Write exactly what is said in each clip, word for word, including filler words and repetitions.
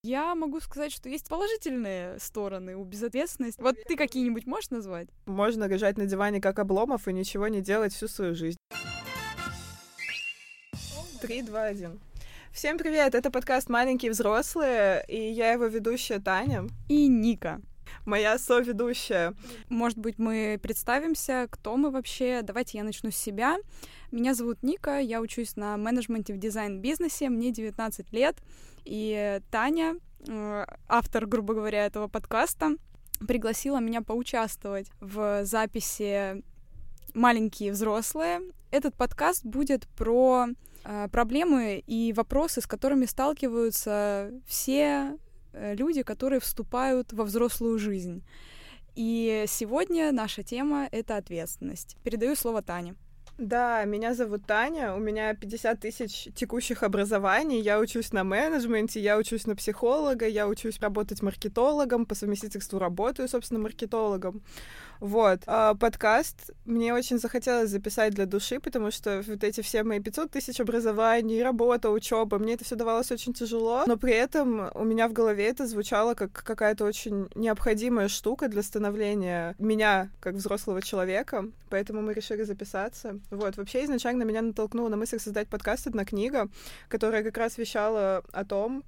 Я могу сказать, что есть положительные стороны у безответственности. Вот ты какие-нибудь можешь назвать? Можно лежать на диване как Обломов и ничего не делать всю свою жизнь. Три, два, один. Всем привет, это подкаст «Маленькие взрослые», и я его ведущая Таня. И Ника. Моя соведущая. Может быть, мы представимся, кто мы вообще. Давайте я начну с себя. Меня зовут Ника, я учусь на менеджменте в дизайн-бизнесе, мне девятнадцать лет, и Таня, автор, грубо говоря, этого подкаста, пригласила меня поучаствовать в записи «Маленькие взрослые». Этот подкаст будет про проблемы и вопросы, с которыми сталкиваются все люди, которые вступают во взрослую жизнь. И сегодня наша тема — это ответственность. Передаю слово Тане. Да, меня зовут Таня, у меня пятьдесят тысяч текущих образований, я учусь на менеджменте, я учусь на психолога, я учусь работать маркетологом, по совместительству работаю, собственно, маркетологом. Вот. А подкаст мне очень захотелось записать для души, потому что вот эти все мои пятьсот тысяч образований, работа, учеба, мне это все давалось очень тяжело, но при этом у меня в голове это звучало как какая-то очень необходимая штука для становления меня как взрослого человека, поэтому мы решили записаться. Вот. Вообще изначально меня натолкнула на мысль создать подкаст одна книга, которая как раз вещала о том,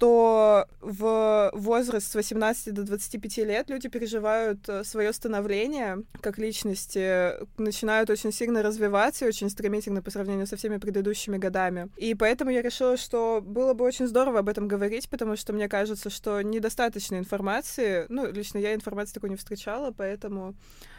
что в возраст с восемнадцати до двадцати пяти лет люди переживают свое становление как личности, начинают очень сильно развиваться и очень стремительно по сравнению со всеми предыдущими годами. И поэтому я решила, что было бы очень здорово об этом говорить, потому что мне кажется, что недостаточно информации. Ну, лично я информации такой не встречала, поэтому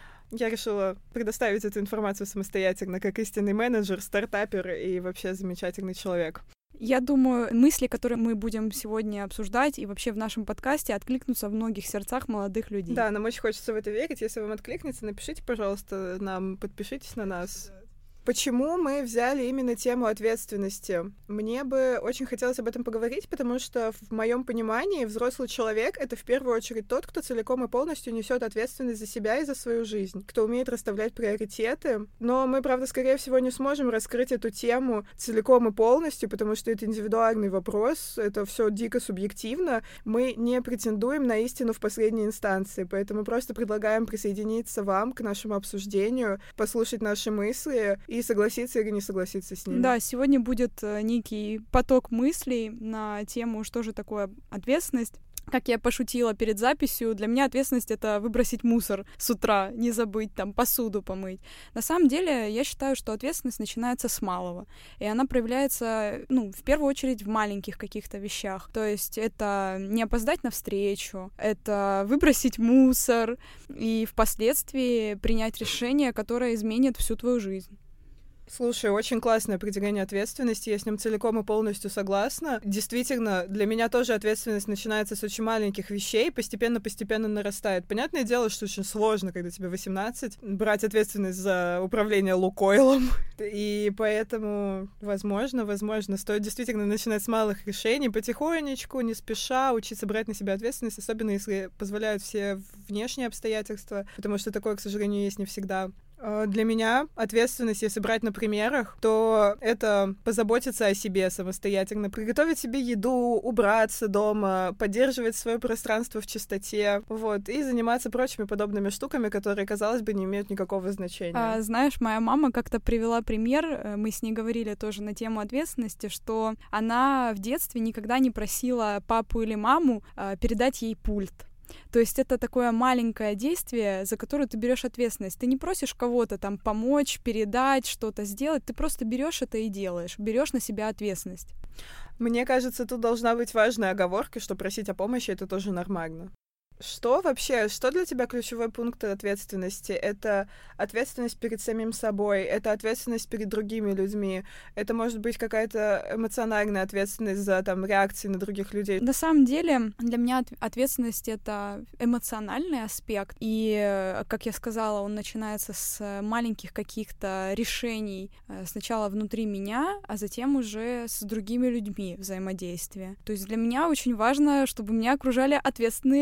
я решила предоставить эту информацию самостоятельно, как истинный менеджер, стартапер и вообще замечательный человек. Я думаю, мысли, которые мы будем сегодня обсуждать и вообще в нашем подкасте, откликнутся в многих сердцах молодых людей. Да, нам очень хочется в это верить. Если вам откликнется, напишите, пожалуйста, нам, подпишитесь на нас. Почему мы взяли именно тему ответственности? Мне бы очень хотелось об этом поговорить, потому что в моем понимании взрослый человек — это в первую очередь тот, кто целиком и полностью несет ответственность за себя и за свою жизнь, кто умеет расставлять приоритеты. Но мы, правда, скорее всего, не сможем раскрыть эту тему целиком и полностью, потому что это индивидуальный вопрос, это все дико субъективно. Мы не претендуем на истину в последней инстанции, поэтому просто предлагаем присоединиться вам к нашему обсуждению, послушать наши мысли и согласиться или не согласиться с ними. Да, сегодня будет некий поток мыслей на тему, что же такое ответственность. Как я пошутила перед записью, для меня ответственность — это выбросить мусор с утра, не забыть там посуду помыть. На самом деле, я считаю, что ответственность начинается с малого, и она проявляется, ну, в первую очередь в маленьких каких-то вещах. То есть это не опоздать на встречу, это выбросить мусор и впоследствии принять решение, которое изменит всю твою жизнь. Слушай, очень классное определение ответственности, я с ним целиком и полностью согласна. Действительно, для меня тоже ответственность начинается с очень маленьких вещей, постепенно-постепенно нарастает. Понятное дело, что очень сложно, когда тебе восемнадцать, брать ответственность за управление Лукойлом, и поэтому, возможно, возможно, стоит действительно начинать с малых решений, потихонечку, не спеша, учиться брать на себя ответственность, особенно если позволяют все внешние обстоятельства, потому что такое, к сожалению, есть не всегда. Для меня ответственность, если брать на примерах, то это позаботиться о себе самостоятельно, приготовить себе еду, убраться дома, поддерживать свое пространство в чистоте, вот, и заниматься прочими подобными штуками, которые, казалось бы, не имеют никакого значения. А, знаешь, моя мама как-то привела пример, мы с ней говорили тоже на тему ответственности, что она в детстве никогда не просила папу или маму а, передать ей пульт. То есть это такое маленькое действие, за которое ты берешь ответственность. Ты не просишь кого-то там помочь, передать, что-то сделать, ты просто берешь это и делаешь, берешь на себя ответственность. Мне кажется, тут должна быть важная оговорка, что просить о помощи — это тоже нормально. Что вообще, что для тебя ключевой пункт ответственности? Это ответственность перед самим собой, это ответственность перед другими людьми, это может быть какая-то эмоциональная ответственность за там реакции на других людей. На самом деле для меня ответственность — это эмоциональный аспект, и, как я сказала, он начинается с маленьких каких-то решений сначала внутри меня, а затем уже с другими людьми взаимодействия. То есть для меня очень важно, чтобы меня окружали ответственные люди.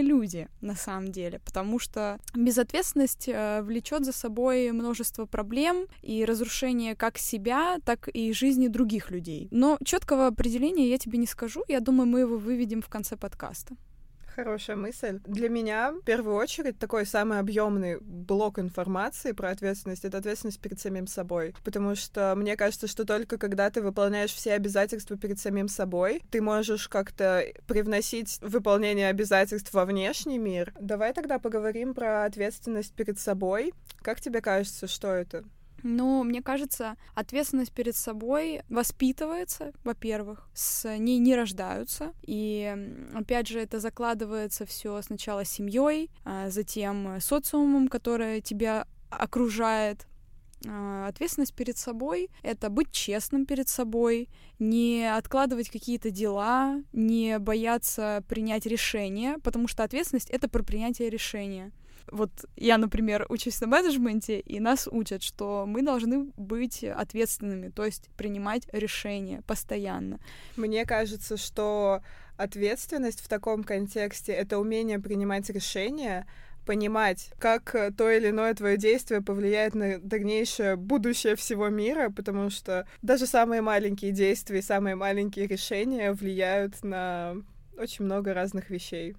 на самом деле, потому что безответственность э, влечет за собой множество проблем и разрушение как себя, так и жизни других людей. Но четкого определения я тебе не скажу, я думаю, мы его выведем в конце подкаста. Хорошая мысль. Для меня, в первую очередь, такой самый объемный блок информации про ответственность — это ответственность перед самим собой. Потому что мне кажется, что только когда ты выполняешь все обязательства перед самим собой, ты можешь как-то привносить выполнение обязательств во внешний мир. Давай тогда поговорим про ответственность перед собой. Как тебе кажется, что это? Ну, мне кажется, ответственность перед собой воспитывается, во-первых, с ней не рождаются, и, опять же, это закладывается все сначала семьей, а затем социумом, которое тебя окружает. Ответственность перед собой — это быть честным перед собой, не откладывать какие-то дела, не бояться принять решение, потому что ответственность — это про принятие решения. Вот я, например, учусь на менеджменте, и нас учат, что мы должны быть ответственными, то есть принимать решения постоянно. Мне кажется, что ответственность в таком контексте — это умение принимать решения, понимать, как то или иное твое действие повлияет на дальнейшее будущее всего мира, потому что даже самые маленькие действия и самые маленькие решения влияют на очень много разных вещей.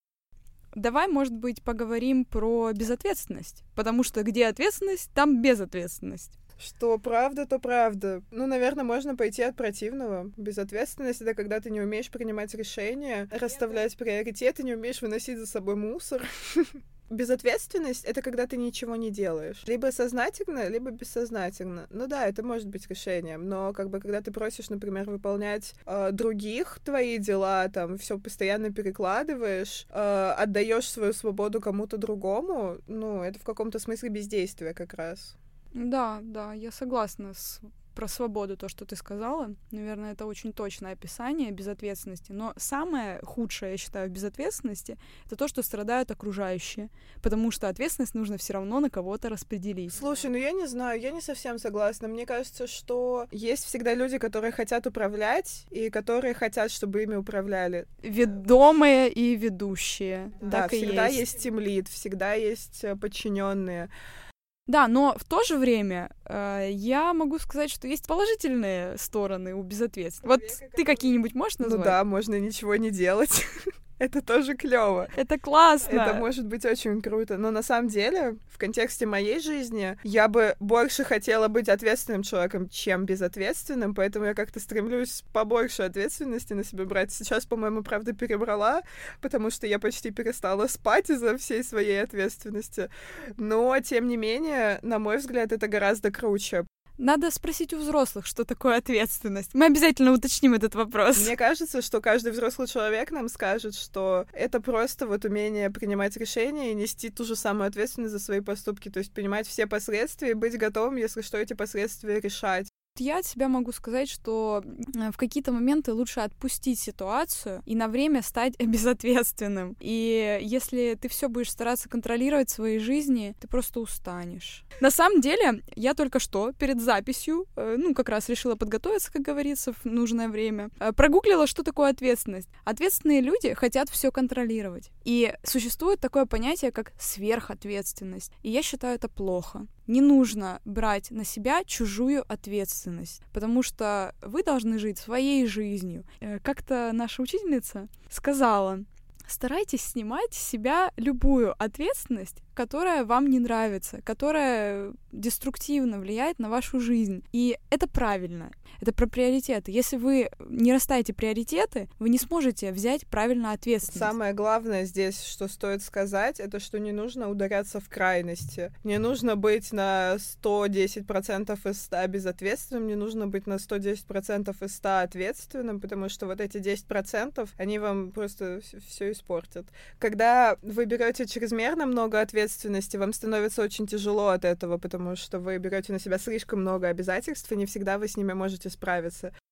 Давай, может быть, поговорим про безответственность, потому что где ответственность, там безответственность. Что правда, то правда. Ну, наверное, можно пойти от противного. Безответственность — это когда ты не умеешь принимать решения, расставлять приоритеты, не умеешь выносить за собой мусор. Безответственность — это когда ты ничего не делаешь. Либо сознательно, либо бессознательно. Ну да, это может быть решением, но как бы когда ты просишь, например, выполнять э, других твои дела, там, все постоянно перекладываешь, э, отдаешь свою свободу кому-то другому, ну, это в каком-то смысле бездействие как раз. Да, да, я согласна с... про свободу, то, что ты сказала. Наверное, это очень точное описание безответственности. Но самое худшее, я считаю, в безответственности — это то, что страдают окружающие. Потому что ответственность нужно все равно на кого-то распределить. Слушай, ну я не знаю, я не совсем согласна. Мне кажется, что есть всегда люди, которые хотят управлять, и которые хотят, чтобы ими управляли. Ведомые и ведущие. Да, так всегда и есть. есть тимлид, всегда есть подчиненные. Да, но в то же время э, я могу сказать, что есть положительные стороны у безответственности. Вот ты какие-нибудь можешь назвать? Ну да, можно ничего не делать. Это тоже клево. Это классно. Это может быть очень круто. Но на самом деле, в контексте моей жизни, я бы больше хотела быть ответственным человеком, чем безответственным, поэтому я как-то стремлюсь побольше ответственности на себя брать. Сейчас, по-моему, правда, перебрала, потому что я почти перестала спать из-за всей своей ответственности. Но, тем не менее, на мой взгляд, это гораздо круче. Надо спросить у взрослых, что такое ответственность. Мы обязательно уточним этот вопрос. Мне кажется, что каждый взрослый человек нам скажет, что это просто вот умение принимать решения и нести ту же самую ответственность за свои поступки, то есть понимать все последствия и быть готовым, если что, эти последствия решать. Я от себя могу сказать, что в какие-то моменты лучше отпустить ситуацию и на время стать безответственным. И если ты все будешь стараться контролировать в своей жизни, ты просто устанешь. На самом деле, я только что перед записью, ну, как раз решила подготовиться, как говорится, в нужное время, прогуглила, что такое ответственность. Ответственные люди хотят все контролировать. И существует такое понятие, как сверхответственность. И я считаю это плохо. Не нужно брать на себя чужую ответственность, потому что вы должны жить своей жизнью. Как-то наша учительница сказала: старайтесь снимать с себя любую ответственность, которая вам не нравится, которая деструктивно влияет на вашу жизнь. И это правильно. Это про приоритеты. Если вы не расставите приоритеты, вы не сможете взять правильно ответственность. Самое главное здесь, что стоит сказать, это что не нужно ударяться в крайности. Не нужно быть на сто десять процентов из ста безответственным, не нужно быть на сто десять процентов из ста ответственным, потому что вот эти десять процентов, они вам просто все испортят. Когда вы берете чрезмерно много ответственности, вам становится очень тяжело от этого, потому что вы берете на себя слишком много обязательств, и не всегда вы с ними можете справиться.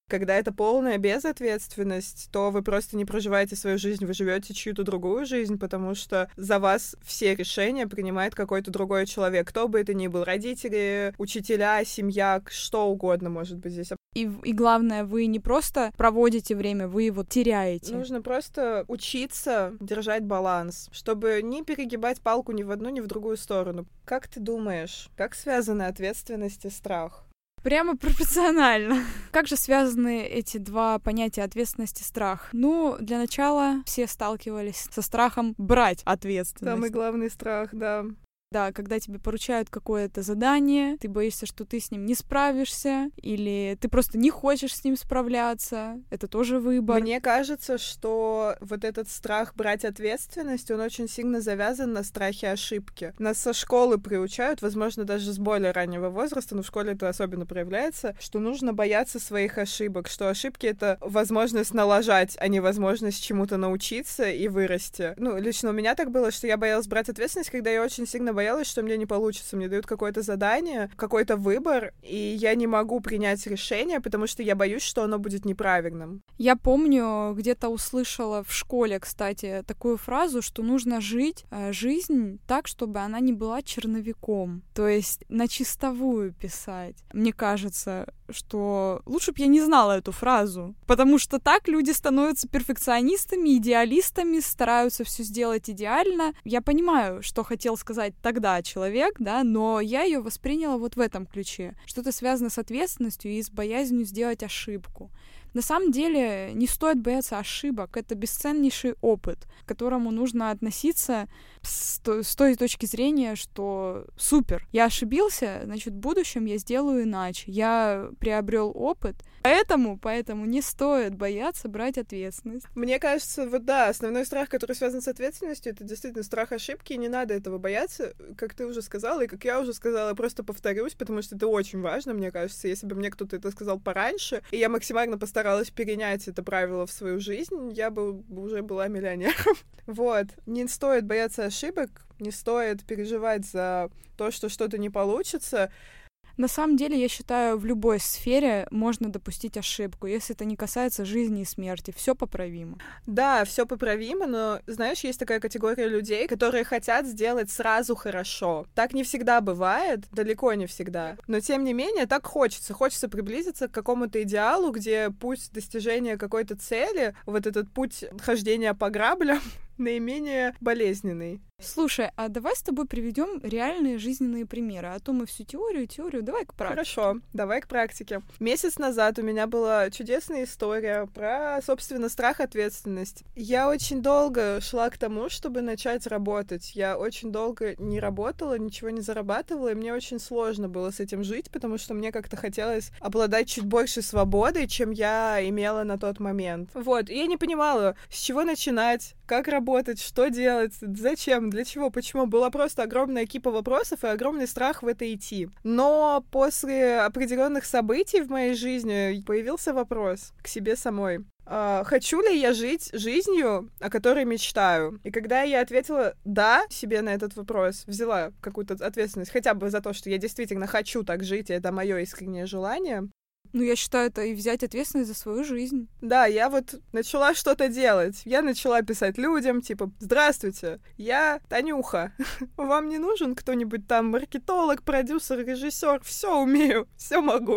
Когда это полная безответственность, то вы просто не проживаете свою жизнь, вы живете чью-то другую жизнь, потому что за вас все решения принимает какой-то другой человек, кто бы это ни был, родители, учителя, семья, что угодно может быть здесь. И, и главное, вы не просто проводите время, вы его теряете. Нужно просто учиться держать баланс, чтобы не перегибать палку ни в одну, ни в другую сторону. Как ты думаешь, как связаны ответственность и страх? Прямо пропорционально. Как же связаны эти два понятия ответственность и страх? Ну, для начала все сталкивались со страхом брать ответственность. Самый главный страх, да. Да, когда тебе поручают какое-то задание, ты боишься, что ты с ним не справишься, или ты просто не хочешь с ним справляться. Это тоже выбор. Мне кажется, что вот этот страх брать ответственность, он очень сильно завязан на страхе ошибки. Нас со школы приучают, возможно, даже с более раннего возраста, но в школе это особенно проявляется, что нужно бояться своих ошибок, что ошибки — это возможность налажать, а не возможность чему-то научиться и вырасти. Ну, лично у меня так было, что я боялась брать ответственность, когда я очень сильно боялась, боялась, что мне не получится. Мне дают какое-то задание, какой-то выбор, и я не могу принять решение, потому что я боюсь, что оно будет неправильным. Я помню, где-то услышала в школе, кстати, такую фразу, что нужно жить э, жизнь так, чтобы она не была черновиком. То есть на чистовую писать. Мне кажется, что лучше бы я не знала эту фразу, потому что так люди становятся перфекционистами, идеалистами, стараются все сделать идеально. Я понимаю, что хотел сказать тогда человек, да, но я ее восприняла вот в этом ключе. Что-то связано с ответственностью и с боязнью сделать ошибку. На самом деле не стоит бояться ошибок. Это бесценнейший опыт, к которому нужно относиться с той, с той точки зрения, что супер, я ошибился, значит, в будущем я сделаю иначе. Я приобрел опыт, поэтому, поэтому не стоит бояться брать ответственность. Мне кажется, вот да, основной страх, который связан с ответственностью, это действительно страх ошибки, и не надо этого бояться, как ты уже сказала, и как я уже сказала, я просто повторюсь, потому что это очень важно, мне кажется. Если бы мне кто-то это сказал пораньше, и я максимально постаралась старалась перенять это правило в свою жизнь, я бы уже была миллионером. Вот. Не стоит бояться ошибок, не стоит переживать за то, что что-то не получится. На самом деле, я считаю, в любой сфере можно допустить ошибку, если это не касается жизни и смерти. Все поправимо. Да, все поправимо, но, знаешь, есть такая категория людей, которые хотят сделать сразу хорошо. Так не всегда бывает, далеко не всегда. Но, тем не менее, так хочется. Хочется приблизиться к какому-то идеалу, где путь достижения какой-то цели, вот этот путь хождения по граблям, наименее болезненный. Слушай, а давай с тобой приведем реальные жизненные примеры, а то мы всю теорию, теорию, давай к практике. Хорошо, давай к практике. Месяц назад у меня была чудесная история про, собственно, страх, ответственность. Я очень долго шла к тому, чтобы начать работать. Я очень долго не работала, ничего не зарабатывала, и мне очень сложно было с этим жить, потому что мне как-то хотелось обладать чуть больше свободой, чем я имела на тот момент. Вот, и я не понимала, с чего начинать, как работать, что делать, зачем, для чего, почему. Была просто огромная кипа вопросов и огромный страх в это идти. Но после определенных событий в моей жизни появился вопрос к себе самой. Uh, хочу ли я жить жизнью, о которой мечтаю? И когда я ответила «да» себе на этот вопрос, взяла какую-то ответственность хотя бы за то, что я действительно хочу так жить, и это мое искреннее желание. Ну, я считаю, это и взять ответственность за свою жизнь. Да, я вот начала что-то делать. Я начала писать людям, типа, здравствуйте, я Танюха. Вам не нужен кто-нибудь там маркетолог, продюсер, режиссер? Все умею, все могу.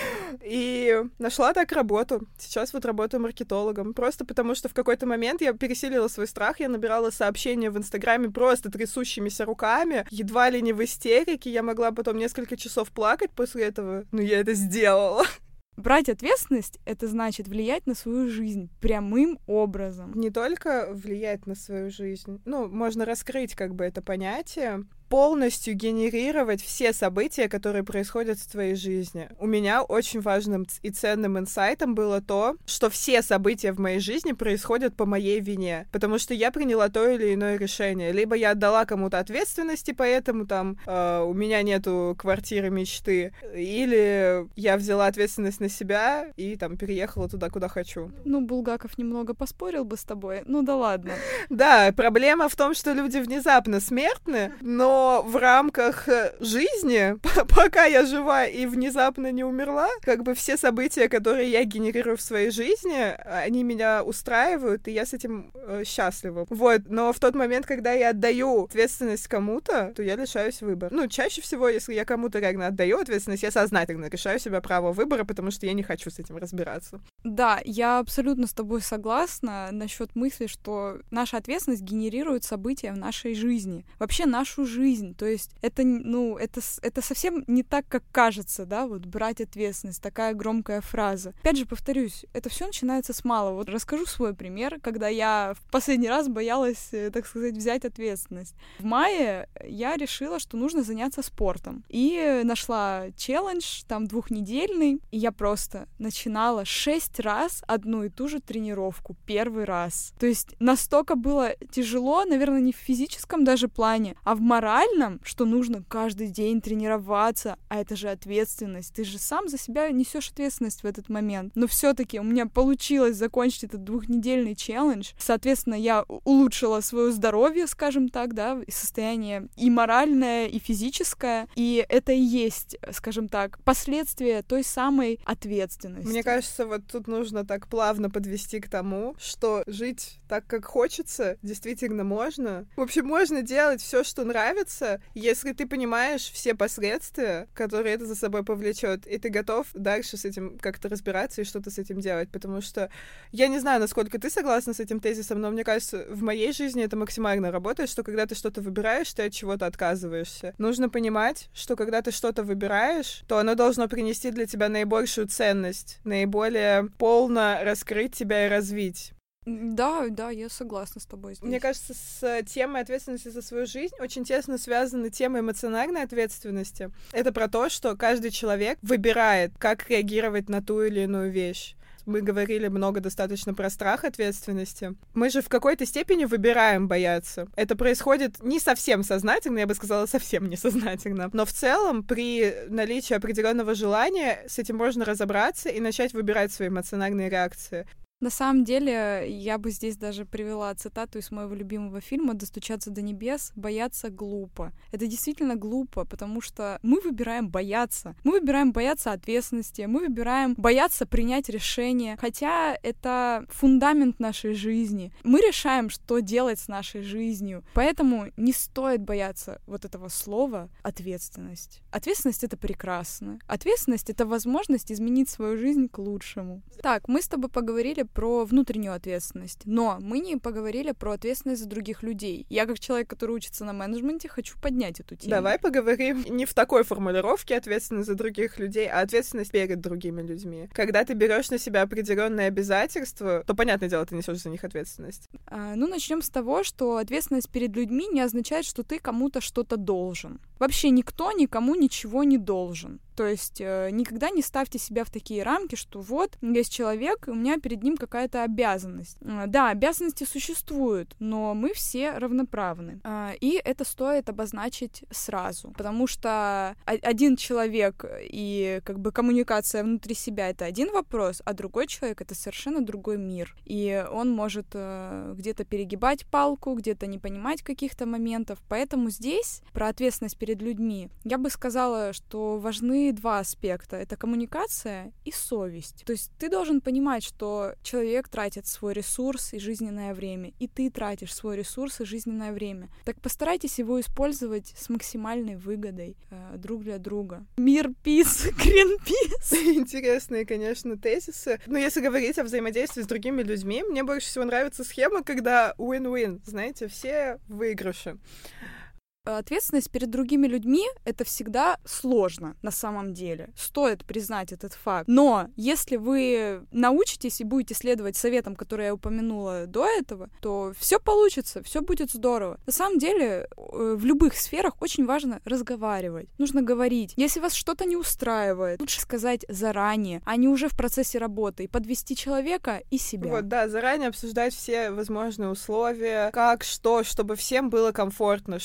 И нашла так работу. Сейчас вот работаю маркетологом. Просто потому, что в какой-то момент я пересилила свой страх, я набирала сообщения в Инстаграме просто трясущимися руками, едва ли не в истерике. Я могла потом несколько часов плакать после этого, но я это сделала. Брать ответственность — это значит влиять на свою жизнь прямым образом. Не только влиять на свою жизнь, ну, можно раскрыть как бы это понятие, полностью генерировать все события, которые происходят в твоей жизни. У меня очень важным и ценным инсайтом было то, что все события в моей жизни происходят по моей вине, потому что я приняла то или иное решение. Либо я отдала кому-то ответственности, поэтому там э, у меня нету квартиры мечты, или я взяла ответственность на себя и там переехала туда, куда хочу. Ну, Булгаков немного поспорил бы с тобой, ну да ладно. Да, проблема в том, что люди внезапно смертны, но но в рамках жизни, пока я жива и внезапно не умерла, как бы все события, которые я генерирую в своей жизни, они меня устраивают, и я с этим э, счастлива. Вот, но в тот момент, когда я отдаю ответственность кому-то, то я лишаюсь выбора. Ну, чаще всего, если я кому-то реально отдаю ответственность, я сознательно решаю себе право выбора, потому что я не хочу с этим разбираться. Да, я абсолютно с тобой согласна насчет мысли, что наша ответственность генерирует события в нашей жизни. Вообще нашу жизнь. То есть это, ну, это, это совсем не так, как кажется, да, вот брать ответственность, такая громкая фраза. Опять же, повторюсь, это все начинается с малого. Вот расскажу свой пример, когда я в последний раз боялась, так сказать, взять ответственность. В мае я решила, что нужно заняться спортом. И нашла челлендж, там, двухнедельный, и я просто начинала шесть раз одну и ту же тренировку первый раз. То есть настолько было тяжело, наверное, не в физическом даже плане, а в моральном, что нужно каждый день тренироваться, а это же ответственность. Ты же сам за себя несешь ответственность в этот момент. Но все-таки у меня получилось закончить этот двухнедельный челлендж. Соответственно, я улучшила свое здоровье, скажем так, да, состояние и моральное, и физическое. И это и есть, скажем так, последствия той самой ответственности. Мне кажется, вот тут нужно так плавно подвести к тому, что жить так, как хочется, действительно можно. В общем, можно делать все, что нравится, если ты понимаешь все последствия, которые это за собой повлечет, и ты готов дальше с этим как-то разбираться и что-то с этим делать. Потому что я не знаю, насколько ты согласна с этим тезисом, но мне кажется, в моей жизни это максимально работает, что когда ты что-то выбираешь, ты от чего-то отказываешься. Нужно понимать, что когда ты что-то выбираешь, то оно должно принести для тебя наибольшую ценность, наиболее полно раскрыть тебя и развить. Да, да, я согласна с тобой здесь. Мне кажется, с темой ответственности за свою жизнь очень тесно связана тема эмоциональной ответственности. Это про то, что каждый человек выбирает, как реагировать на ту или иную вещь. Мы говорили много достаточно про страх ответственности. Мы же в какой-то степени выбираем бояться. Это происходит не совсем сознательно, я бы сказала, совсем несознательно. Но в целом, при наличии определенного желания, с этим можно разобраться и начать выбирать свои эмоциональные реакции. На самом деле, я бы здесь даже привела цитату из моего любимого фильма «Достучаться до небес. Бояться глупо». Это действительно глупо, потому что мы выбираем бояться. Мы выбираем бояться ответственности, мы выбираем бояться принять решение, хотя это фундамент нашей жизни. Мы решаем, что делать с нашей жизнью, поэтому не стоит бояться вот этого слова «ответственность». Ответственность — это прекрасно. Ответственность — это возможность изменить свою жизнь к лучшему. Так, мы с тобой поговорили про внутреннюю ответственность, но мы не поговорили про ответственность за других людей. Я, как человек, который учится на менеджменте, хочу поднять эту тему. Давай поговорим не в такой формулировке ответственность за других людей, а ответственность перед другими людьми. Когда ты берешь на себя определенные обязательства, то, понятное дело, ты несешь за них ответственность. А, ну, начнем с того, что ответственность перед людьми не означает, что ты кому-то что-то должен. Вообще никто никому ничего не должен. То есть э, никогда не ставьте себя в такие рамки, что вот, есть человек, и у меня перед ним какая-то обязанность. Э, да, обязанности существуют, но мы все равноправны. Э, и это стоит обозначить сразу, потому что один человек и как бы коммуникация внутри себя — это один вопрос, а другой человек — это совершенно другой мир. И он может э, где-то перегибать палку, где-то не понимать каких-то моментов. Поэтому здесь про ответственность перед людьми я бы сказала, что важны два аспекта. Это коммуникация и совесть. То есть ты должен понимать, что человек тратит свой ресурс и жизненное время, и ты тратишь свой ресурс и жизненное время. Так постарайтесь его использовать с максимальной выгодой э, друг для друга. Мир, пис, гринпис. Интересные, конечно, тезисы. Но если говорить о взаимодействии с другими людьми, мне больше всего нравится схема, когда win-win, знаете, все выигрыши. Ответственность перед другими людьми — это всегда сложно на самом деле. Стоит признать этот факт. Но если вы научитесь и будете следовать советам, которые я упомянула до этого, то все получится, все будет здорово. На самом деле в любых сферах очень важно разговаривать. Нужно говорить. Если вас что-то не устраивает, лучше сказать заранее, а не уже в процессе работы, и подвести человека и себя. Вот, да, заранее обсуждать все возможные условия, как, что, чтобы всем было комфортно, чтобы никто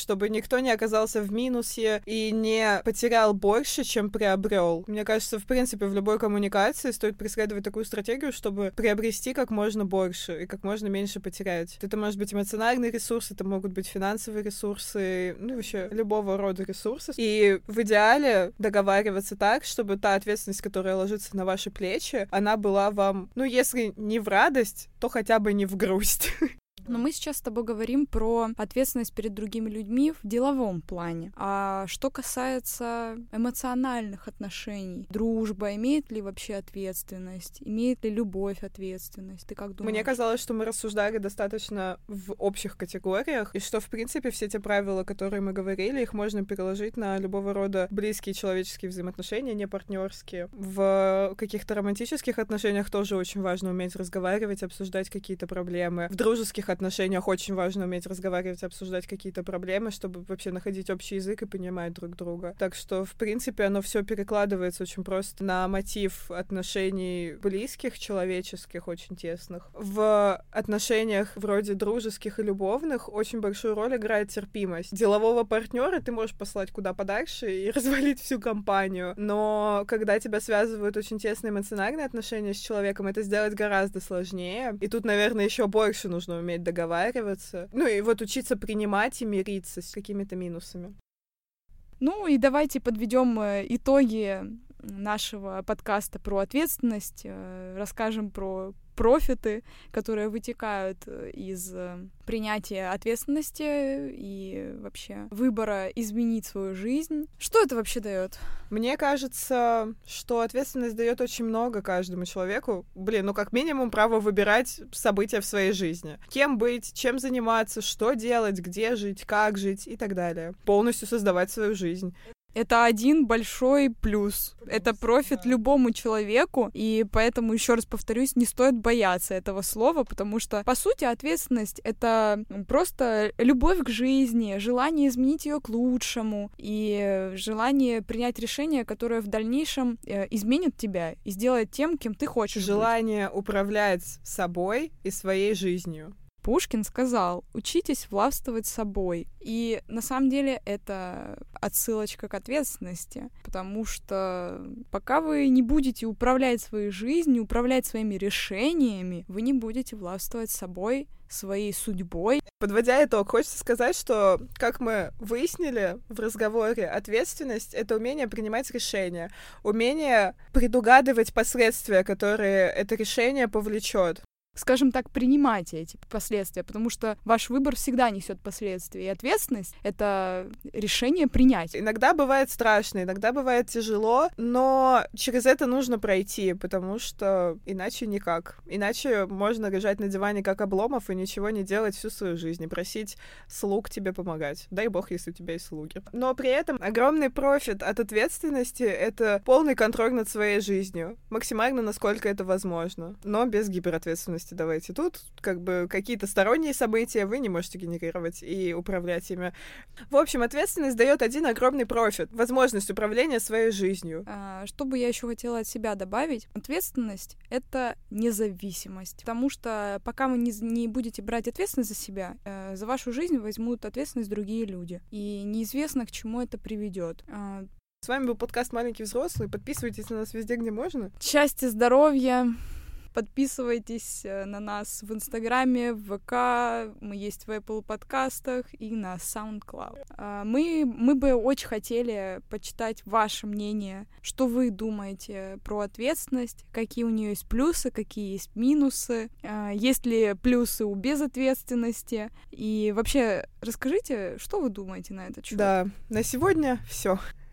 никто не оказался в минусе и не потерял больше, чем приобрел. Мне кажется, в принципе, в любой коммуникации стоит преследовать такую стратегию, чтобы приобрести как можно больше и как можно меньше потерять. Это может быть эмоциональный ресурс, это могут быть финансовые ресурсы, ну, вообще любого рода ресурсы. И в идеале договариваться так, чтобы та ответственность, которая ложится на ваши плечи, она была вам, ну, если не в радость, то хотя бы не в грусть. Но мы сейчас с тобой говорим про ответственность перед другими людьми в деловом плане. А что касается эмоциональных отношений, дружба имеет ли вообще ответственность? Имеет ли любовь ответственность? Ты как думаешь? Мне казалось, что мы рассуждали достаточно в общих категориях, и что, в принципе, все те правила, которые мы говорили, их можно переложить на любого рода близкие человеческие взаимоотношения, не партнерские. В каких-то романтических отношениях тоже очень важно уметь разговаривать, обсуждать какие-то проблемы. В дружеских отношениях отношениях очень важно уметь разговаривать, обсуждать какие-то проблемы, чтобы вообще находить общий язык и понимать друг друга. Так что, в принципе, оно все перекладывается очень просто на мотив отношений близких, человеческих, очень тесных. В отношениях вроде дружеских и любовных очень большую роль играет терпимость. Делового партнера ты можешь послать куда подальше и развалить всю компанию, но когда тебя связывают очень тесные эмоциональные отношения с человеком, это сделать гораздо сложнее. И тут, наверное, еще больше нужно уметь договариваться. Ну и вот учиться принимать и мириться с какими-то минусами. Ну и давайте подведем итоги нашего подкаста про ответственность, расскажем про профиты, которые вытекают из принятия ответственности и вообще выбора изменить свою жизнь. Что это вообще дает? Мне кажется, что ответственность дает очень много каждому человеку. Блин, ну как минимум право выбирать события в своей жизни. Кем быть, чем заниматься, что делать, где жить, как жить и так далее. Полностью создавать свою жизнь. Это один большой плюс. Это профит любому человеку, и поэтому, еще раз повторюсь, не стоит бояться этого слова, потому что, по сути, ответственность — это просто любовь к жизни, желание изменить ее к лучшему, и желание принять решение, которое в дальнейшем изменит тебя и сделает тем, кем ты хочешь быть. Желание управлять собой и своей жизнью. Пушкин сказал: учитесь властвовать собой. И на самом деле это отсылочка к ответственности, потому что пока вы не будете управлять своей жизнью, управлять своими решениями, вы не будете властвовать собой, своей судьбой. Подводя итог, хочется сказать, что, как мы выяснили в разговоре, ответственность — это умение принимать решения, умение предугадывать последствия, которые это решение повлечет. Скажем так, принимайте эти последствия, потому что ваш выбор всегда несет последствия, и ответственность — это решение принять. Иногда бывает страшно, иногда бывает тяжело, но через это нужно пройти, потому что иначе никак. Иначе можно лежать на диване как Обломов и ничего не делать всю свою жизнь, и просить слуг тебе помогать. Дай бог, если у тебя есть слуги. Но при этом огромный профит от ответственности — это полный контроль над своей жизнью, максимально, насколько это возможно, но без гиперответственности. Давайте тут как бы какие-то сторонние события вы не можете генерировать и управлять ими. В общем, ответственность дает один огромный профит, возможность управления своей жизнью. А, что бы я еще хотела от себя добавить? Ответственность — это независимость, потому что пока вы не, не будете брать ответственность за себя, э, за вашу жизнь возьмут ответственность другие люди, и неизвестно, к чему это приведет. А, С вами был подкаст «Маленький взрослый». Подписывайтесь на нас везде, где можно. Счастья, здоровья! Подписывайтесь на нас в Инстаграме, в ВК, мы есть в Apple подкастах и на SoundCloud. Мы, мы бы очень хотели почитать ваше мнение, что вы думаете про ответственность, какие у нее есть плюсы, какие есть минусы, есть ли плюсы у безответственности, и вообще расскажите, что вы думаете на этот счет. Да, на сегодня все.